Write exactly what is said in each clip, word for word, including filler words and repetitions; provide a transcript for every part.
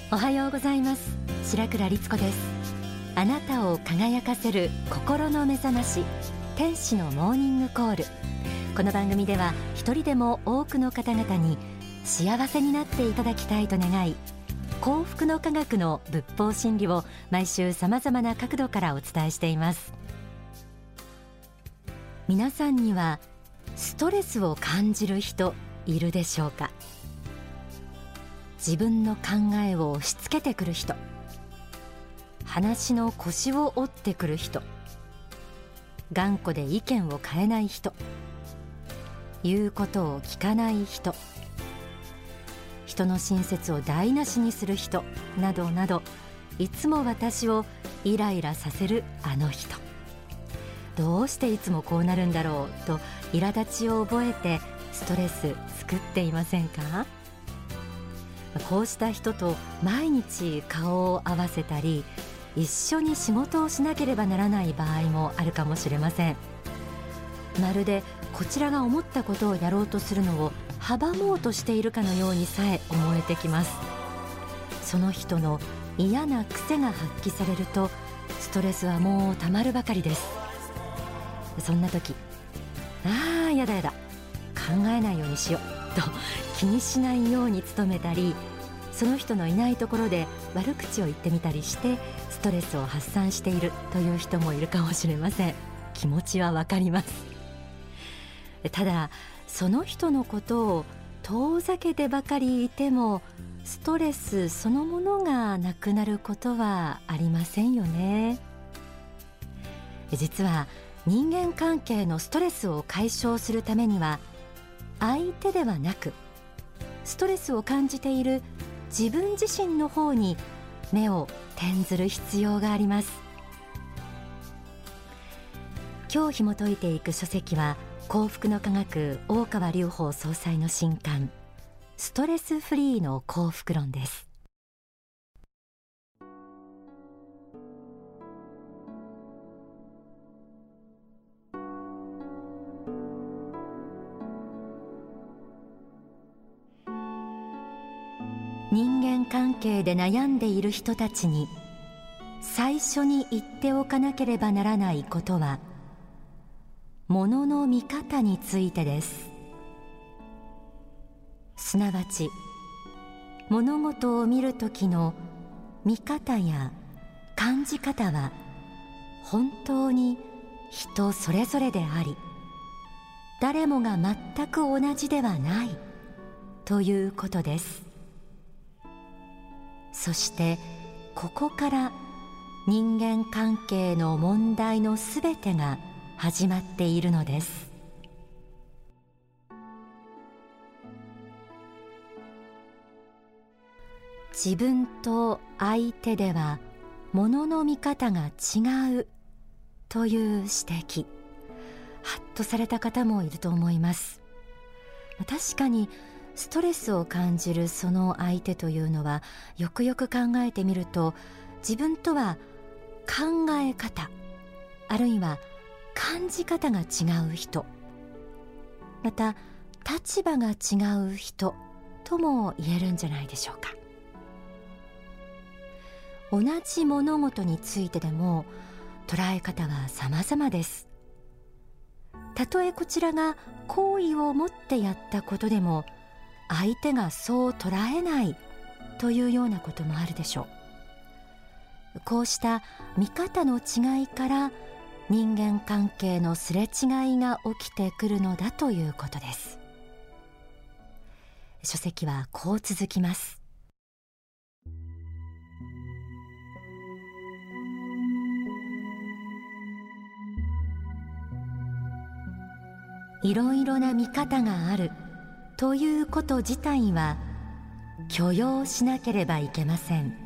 おはようございます。白倉律子です。あなたを輝かせる心の目覚まし、天使のモーニングコール。この番組では一人でも多くの方々に幸せになっていただきたいと願い、幸福の科学の仏法真理を毎週さまざまな角度からお伝えしています。皆さんにはストレスを感じる人いるでしょうか。自分の考えを押し付けてくる人、話の腰を折ってくる人、頑固で意見を変えない人、言うことを聞かない人、人の親切を台無しにする人などなど、いつも私をイライラさせるあの人、どうしていつもこうなるんだろうと苛立ちを覚えてストレス作っていませんか。こうした人と毎日顔を合わせたり、一緒に仕事をしなければならない場合もあるかもしれません。まるでこちらが思ったことをやろうとするのを阻もうとしているかのようにさえ思えてきます。その人の嫌な癖が発揮されると、ストレスはもうたまるばかりです。そんな時、ああやだやだ、考えないようにしようと気にしないように努めたり、その人のいないところで悪口を言ってみたりしてストレスを発散しているという人もいるかもしれません。気持ちはわかります。ただその人のことを遠ざけてばかりいても、ストレスそのものがなくなることはありませんよね。実は人間関係のストレスを解消するためには、相手ではなくストレスを感じている自分自身の方に目を転ずる必要があります。今日紐解いていく書籍は、幸福の科学大川隆法総裁の新刊、ストレスフリーの幸福論です。人間関係で悩んでいる人たちに最初に言っておかなければならないことは、物の見方についてです。すなわち物事を見るときの見方や感じ方は本当に人それぞれであり、誰もが全く同じではないということです。そしてここから人間関係の問題のすべてが始まっているのです。自分と相手では物の見方が違うという指摘、ハッとされた方もいると思います。確かにストレスを感じるその相手というのは、よくよく考えてみると、自分とは考え方、あるいは感じ方が違う人、また立場が違う人とも言えるんじゃないでしょうか。同じ物事についてでも捉え方は様々です。たとえこちらが好意を持ってやったことでも、相手がそう捉えないというようなこともあるでしょう。こうした見方の違いから人間関係のすれ違いが起きてくるのだということです。書籍はこう続きます。いろいろな見方があるということ自体は許容しなければいけません。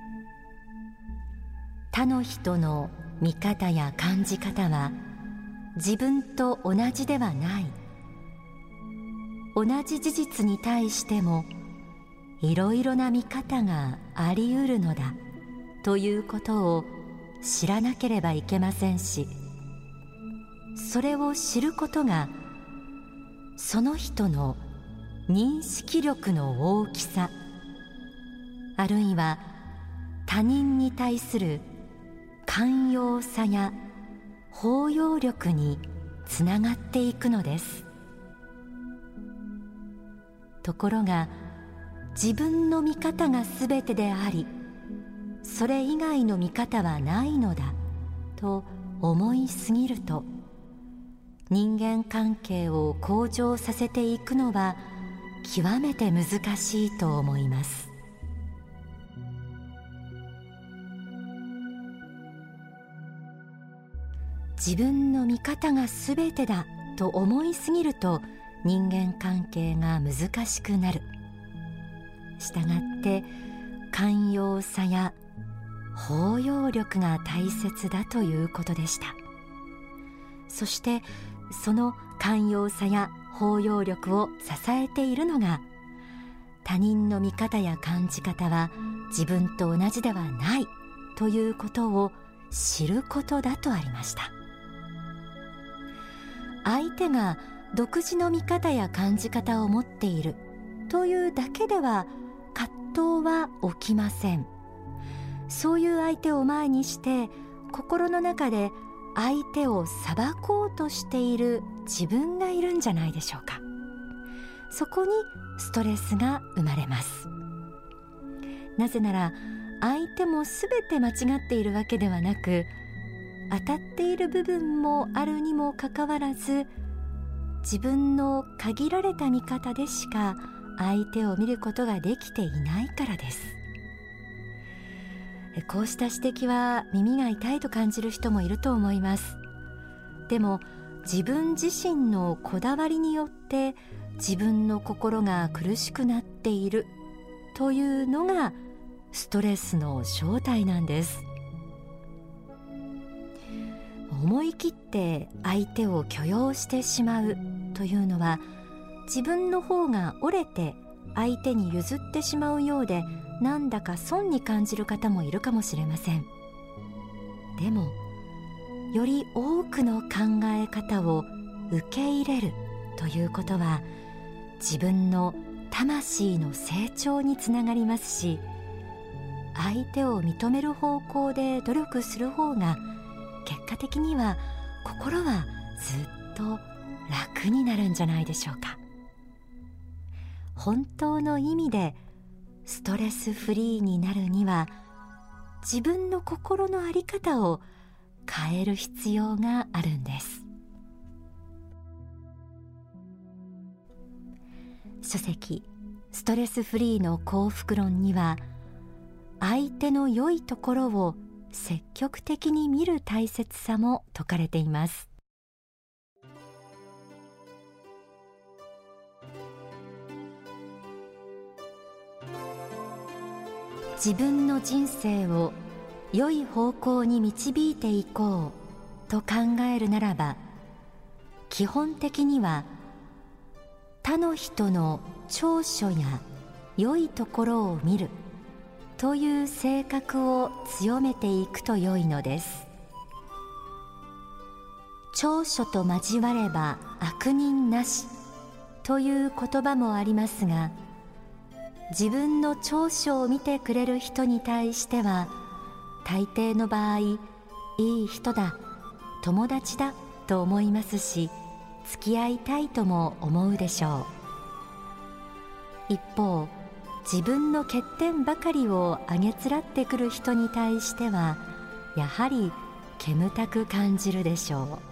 他の人の見方や感じ方は自分と同じではない。同じ事実に対してもいろいろな見方があり得るのだということを知らなければいけませんし、それを知ることがその人の認識力の大きさ、 あるいは他人に対する寛容さや包容力につながっていくのです。ところが、自分の見方がすべてであり、それ以外の見方はないのだと思いすぎると、人間関係を向上させていくのは極めて難しいと思います。自分の見方がすべてだと思いすぎると、人間関係が難しくなる。したがって寛容さや包容力が大切だということでした。そしてその寛容さや包容力を支えているのが、他人の見方や感じ方は自分と同じではないということを知ることだとありました。相手が独自の見方や感じ方を持っているというだけでは葛藤は起きません。そういう相手を前にして心の中で相手を裁こうとしている自分がいるんじゃないでしょうか。そこにストレスが生まれます。なぜなら、相手もすべて間違っているわけではなく、当たっている部分もあるにもかかわらず、自分の限られた見方でしか相手を見ることができていないからです。こうした指摘は耳が痛いと感じる人もいると思います。でも、自分自身のこだわりによって自分の心が苦しくなっているというのがストレスの正体なんです。思い切って相手を許容してしまうというのは、自分の方が折れて相手に譲ってしまうようで、なんだか損に感じる方もいるかもしれません。でも、より多くの考え方を受け入れるということは、自分の魂の成長につながりますし、相手を認める方向で努力する方が、結果的には心はずっと楽になるんじゃないでしょうか。本当の意味でストレスフリーになるには、自分の心の在り方を変える必要があるんです。書籍ストレスフリーの幸福論には、相手の良いところを積極的に見る大切さも説かれています。自分の人生を良い方向に導いていこうと考えるならば、基本的には他の人の長所や良いところを見るという性格を強めていくと良いのです。長所と交われば悪人なしという言葉もありますが、自分の長所を見てくれる人に対しては、大抵の場合、いい人だ、友達だと思いますし、付き合いたいとも思うでしょう。一方、自分の欠点ばかりをあげつらってくる人に対しては、やはり煙たく感じるでしょう。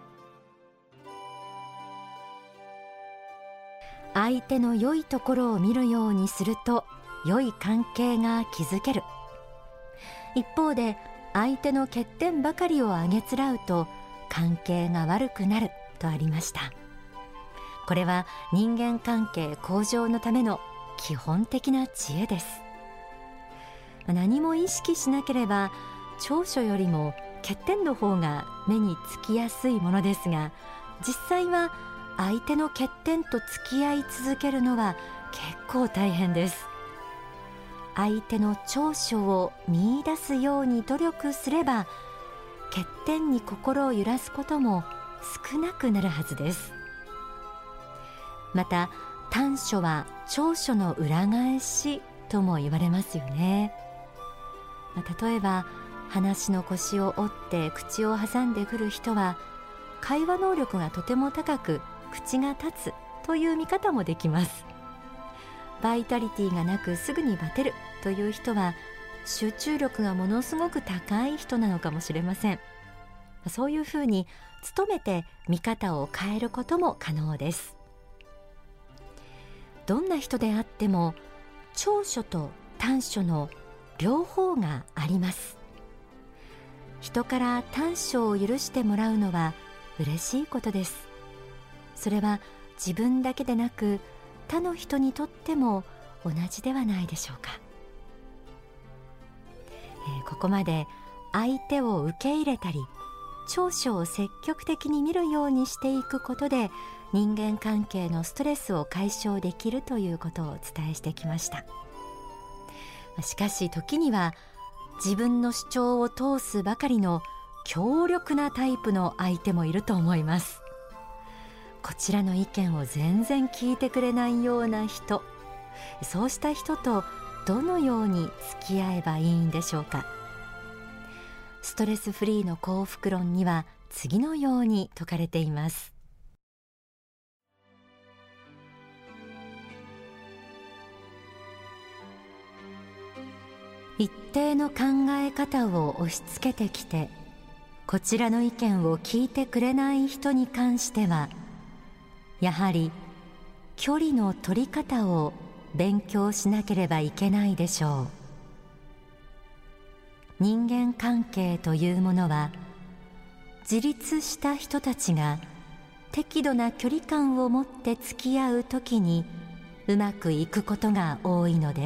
相手の良いところを見るようにすると、良い関係が築ける。一方で、相手の欠点ばかりをあげつらうと関係が悪くなるとありました。これは人間関係向上のための基本的な知恵です。何も意識しなければ、長所よりも欠点の方が目につきやすいものですが、実際は相手の欠点と付き合い続けるのは結構大変です。相手の長所を見出すように努力すれば、欠点に心を揺らすことも少なくなるはずです。また、短所は長所の裏返しとも言われますよね。まあ、例えば話の腰を折って口を挟んでくる人は会話能力がとても高く口が立つという見方もできます。バイタリティがなくすぐにバテるという人は集中力がものすごく高い人なのかもしれません。そういうふうに努めて見方を変えることも可能です。どんな人であっても長所と短所の両方があります。人から短所を許してもらうのは嬉しいことです。それは自分だけでなく他の人にとっても同じではないでしょうか。えー、ここまで相手を受け入れたり長所を積極的に見るようにしていくことで人間関係のストレスを解消できるということをお伝えしてきました。しかし時には自分の主張を通すばかりの強力なタイプの相手もいると思います。こちらの意見を全然聞いてくれないような人、そうした人とどのように付き合えばいいんでしょうか。ストレスフリーの幸福論には次のように説かれています。一定の考え方を押し付けてきてこちらの意見を聞いてくれない人に関してはやはり距離の取り方を勉強しなければいけないでしょう。人間関係というものは自立した人たちが適度な距離感を持って付き合うときにうまくいくことが多いのです。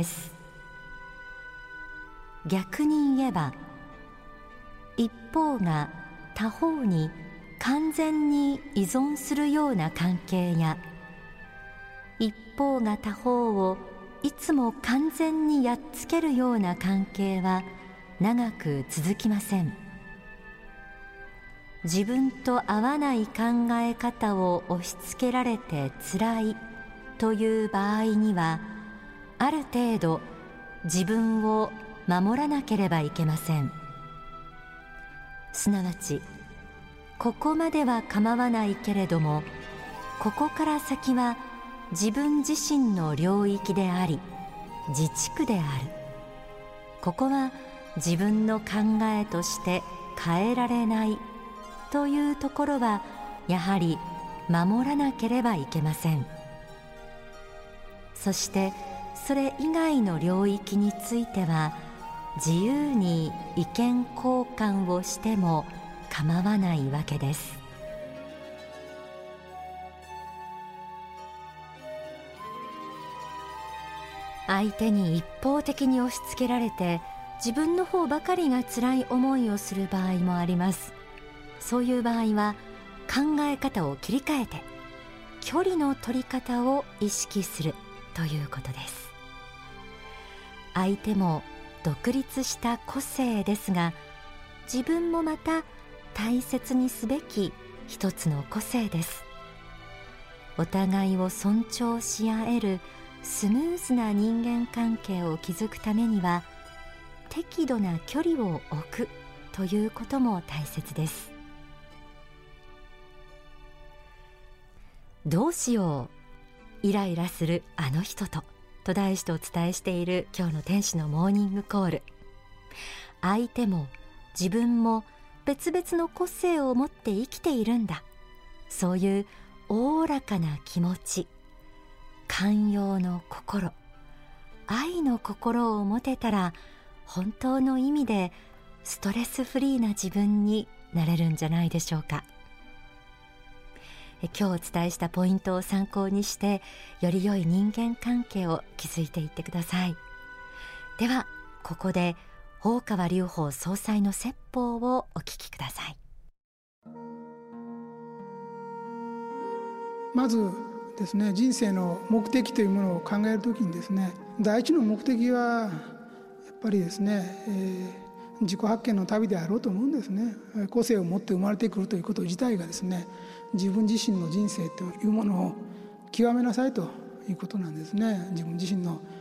逆に言えば一方が他方に完全に依存するような関係や一方が他方をいつも完全にやっつけるような関係は長く続きません。自分と合わない考え方を押し付けられてつらいという場合にはある程度自分を守らなければいけません。すなわちここまでは構わないけれどもここから先は自分自身の領域であり自治区である。ここは自分の考えとして変えられないというところはやはり守らなければいけません。そしてそれ以外の領域については自由に意見交換をしても構わないわけです。相手に一方的に押し付けられて自分の方ばかりが辛い思いをする場合もあります。そういう場合は考え方を切り替えて距離の取り方を意識するということです。相手も独立した個性ですが自分もまた大切にすべき一つの個性です。お互いを尊重し合えるスムーズな人間関係を築くためには適度な距離を置くということも大切です。どうしようイライラするあの人とと題してお伝えしている今日の天使のモーニングコール。相手も自分も別々の個性を持って生きているんだ、そういうおおらかな気持ち、寛容の心、愛の心を持てたら本当の意味でストレスフリーな自分になれるんじゃないでしょうか。今日お伝えしたポイントを参考にしてより良い人間関係を築いていってください。ではここで大川隆法総裁の説法をお聞きください。 まずですね、人生の目的というものを考えるときにですね、第一の目的はやっぱりですね、えー自己発見の旅であろうと思うんですね。個性を持って生まれてくるということ自体がですね、自分自身の人生というものを極めなさいということなんですね。自分自身の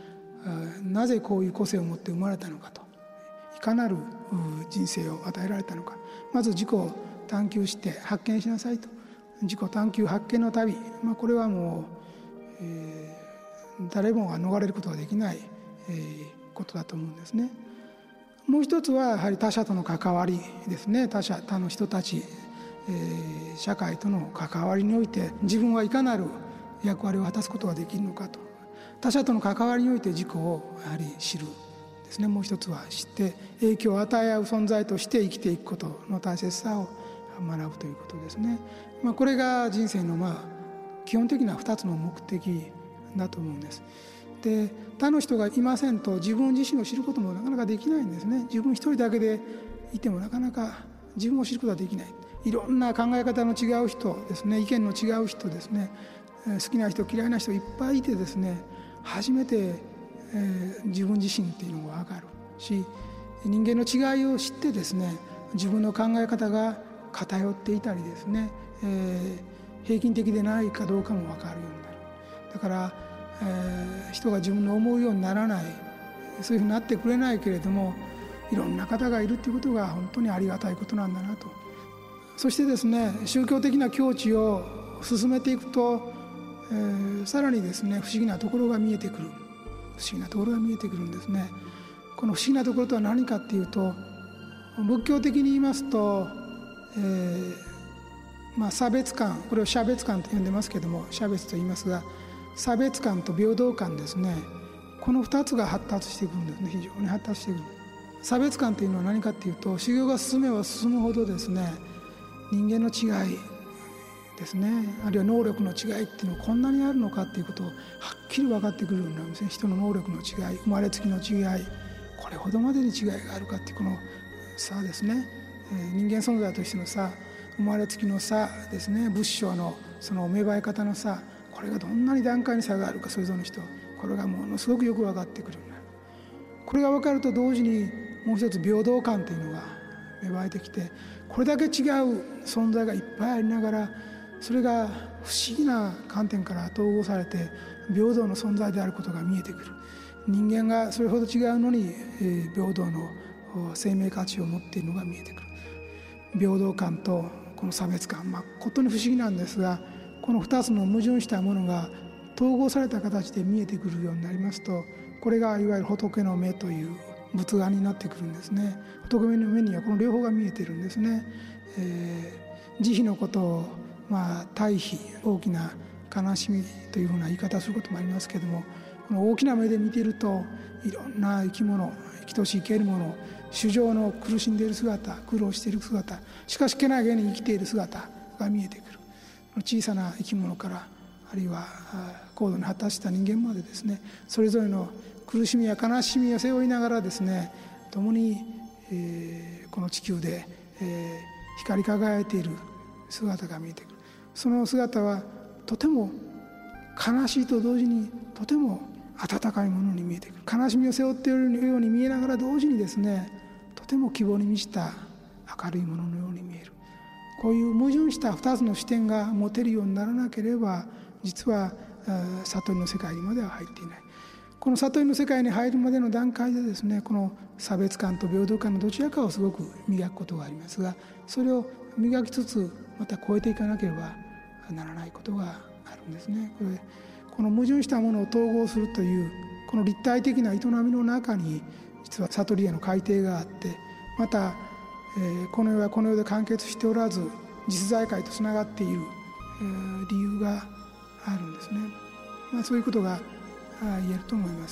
なぜこういう個性を持って生まれたのかと、いかなる人生を与えられたのか、まず自己を探求して発見しなさいと。自己探求発見の旅、まあ、これはもう、えー、誰もが逃れることができない、えー、ことだと思うんですね。もう一つはやはり他者との関わりですね。他者、他の人たち、えー、社会との関わりにおいて自分はいかなる役割を果たすことができるのかと。他者との関わりにおいて自己をやはり知るですね。もう一つは知って影響を与え合う存在として生きていくことの大切さを学ぶということですね。まあ、これが人生のまあ基本的なふたつの目的だと思うんです。で、他の人がいませんと自分自身を知ることもなかなかできないんですね。自分一人だけでいてもなかなか自分を知ることはできない。いろんな考え方の違う人ですね、意見の違う人ですね、好きな人嫌いな人いっぱいいてですね、初めて、えー、自分自身っていうのが分かるし、人間の違いを知ってですね、自分の考え方が偏っていたりですね、えー、平均的でないかどうかも分かるようになる。だから、えー、人が自分の思うようにならない、そういうふうになってくれないけれども、いろんな方がいるということが本当にありがたいことなんだなと。そしてですね、宗教的な境地を進めていくと、えー、さらにですね、不思議なところが見えてくる不思議なところが見えてくるんですね。この不思議なところとは何かっていうと、仏教的に言いますと、えーまあ、差別感、これを差別感と呼んでますけども、差別と言いますが、差別感と平等感ですね、このふたつが発達してくるんですね。非常に発達してくる。差別感というのは何かっていうと、修行が進めば進むほどですね、人間の違いですね、あるいは能力の違いっていうのはこんなにあるのかっていうことをはっきり分かってくるようになるんですね。人の能力の違い、生まれつきの違い、これほどまでに違いがあるかっていうこの差ですね、えー、人間存在としての差、生まれつきの差ですね、仏性のその芽生え方の差、これがどんなに段階に差があるか、それぞれの人、これがものすごくよく分かってくるようになる。これが分かると同時にもう一つ平等感というのが芽生えてきて、これだけ違う存在がいっぱいありながら、それが不思議な観点から統合されて平等の存在であることが見えてくる。人間がそれほど違うのに、えー、平等の生命価値を持っているのが見えてくる。平等感とこの差別感、まあ、ことに不思議なんですが、このふたつの矛盾したものが統合された形で見えてくるようになりますと、これがいわゆる仏の目という仏眼になってくるんですね。仏の目にはこの両方が見えているんですね。えー、慈悲のことを、まあ、対比、大きな悲しみというふうな言い方をすることもありますけれども、この大きな目で見ていると、いろんな生き物、生きとし生けるもの、衆生の苦しんでいる姿、苦労している姿、しかしけなげに生きている姿が見えてくる。小さな生き物から、あるいは高度に発達した人間までですね、それぞれの苦しみや悲しみを背負いながらですね、共に、えー、この地球で、えー、光り輝いている姿が見えてくる。その姿はとても悲しいと同時にとても温かいものに見えてくる。悲しみを背負っているように見えながら同時にですね、とても希望に満ちた明るいもののように見える。こういう矛盾した二つの視点が持てるようにならなければ、実は悟りの世界にまでは入っていない。この悟りの世界に入るまでの段階でですね、この差別感と平等感のどちらかをすごく磨くことがありますが、それを磨きつつまた超えていかなければならないことがあるんですね。これこの矛盾したものを統合するというこの立体的な営みの中に、実は悟りへの改定があって、また、えー、この世はこの世で完結しておらず実在界とつながっている、えー、理由があるんですね。まあ、そういうことが言えると思います。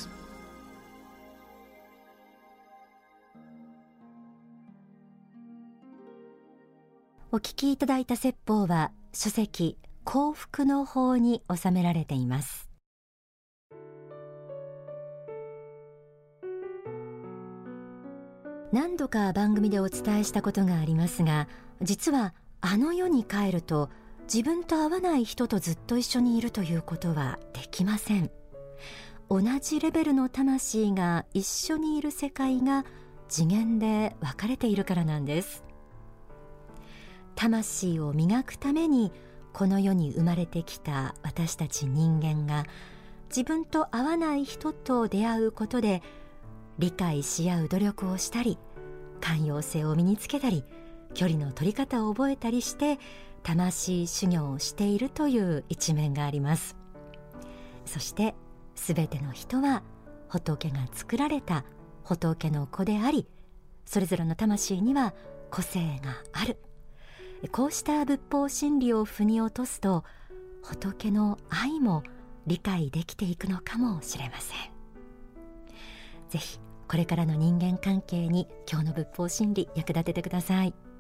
お聞きいただいた説法は書籍幸福の法に収められています。何度か番組でお伝えしたことがありますが、実はあの世に帰ると自分と合わない人とずっと一緒にいるということはできません。同じレベルの魂が一緒にいる世界が次元で分かれているからなんです。魂を磨くためにこの世に生まれてきた私たち人間が自分と合わない人と出会うことで理解し合う努力をしたり、寛容性を身につけたり、距離の取り方を覚えたりして魂修行をしているという一面があります。そしてすべての人は仏が作られた仏の子であり、それぞれの魂には個性がある。こうした仏法真理を腑に落とすと、仏の愛も理解できていくのかもしれません。ぜひこれからの人間関係に今日の仏法真理役立ててください。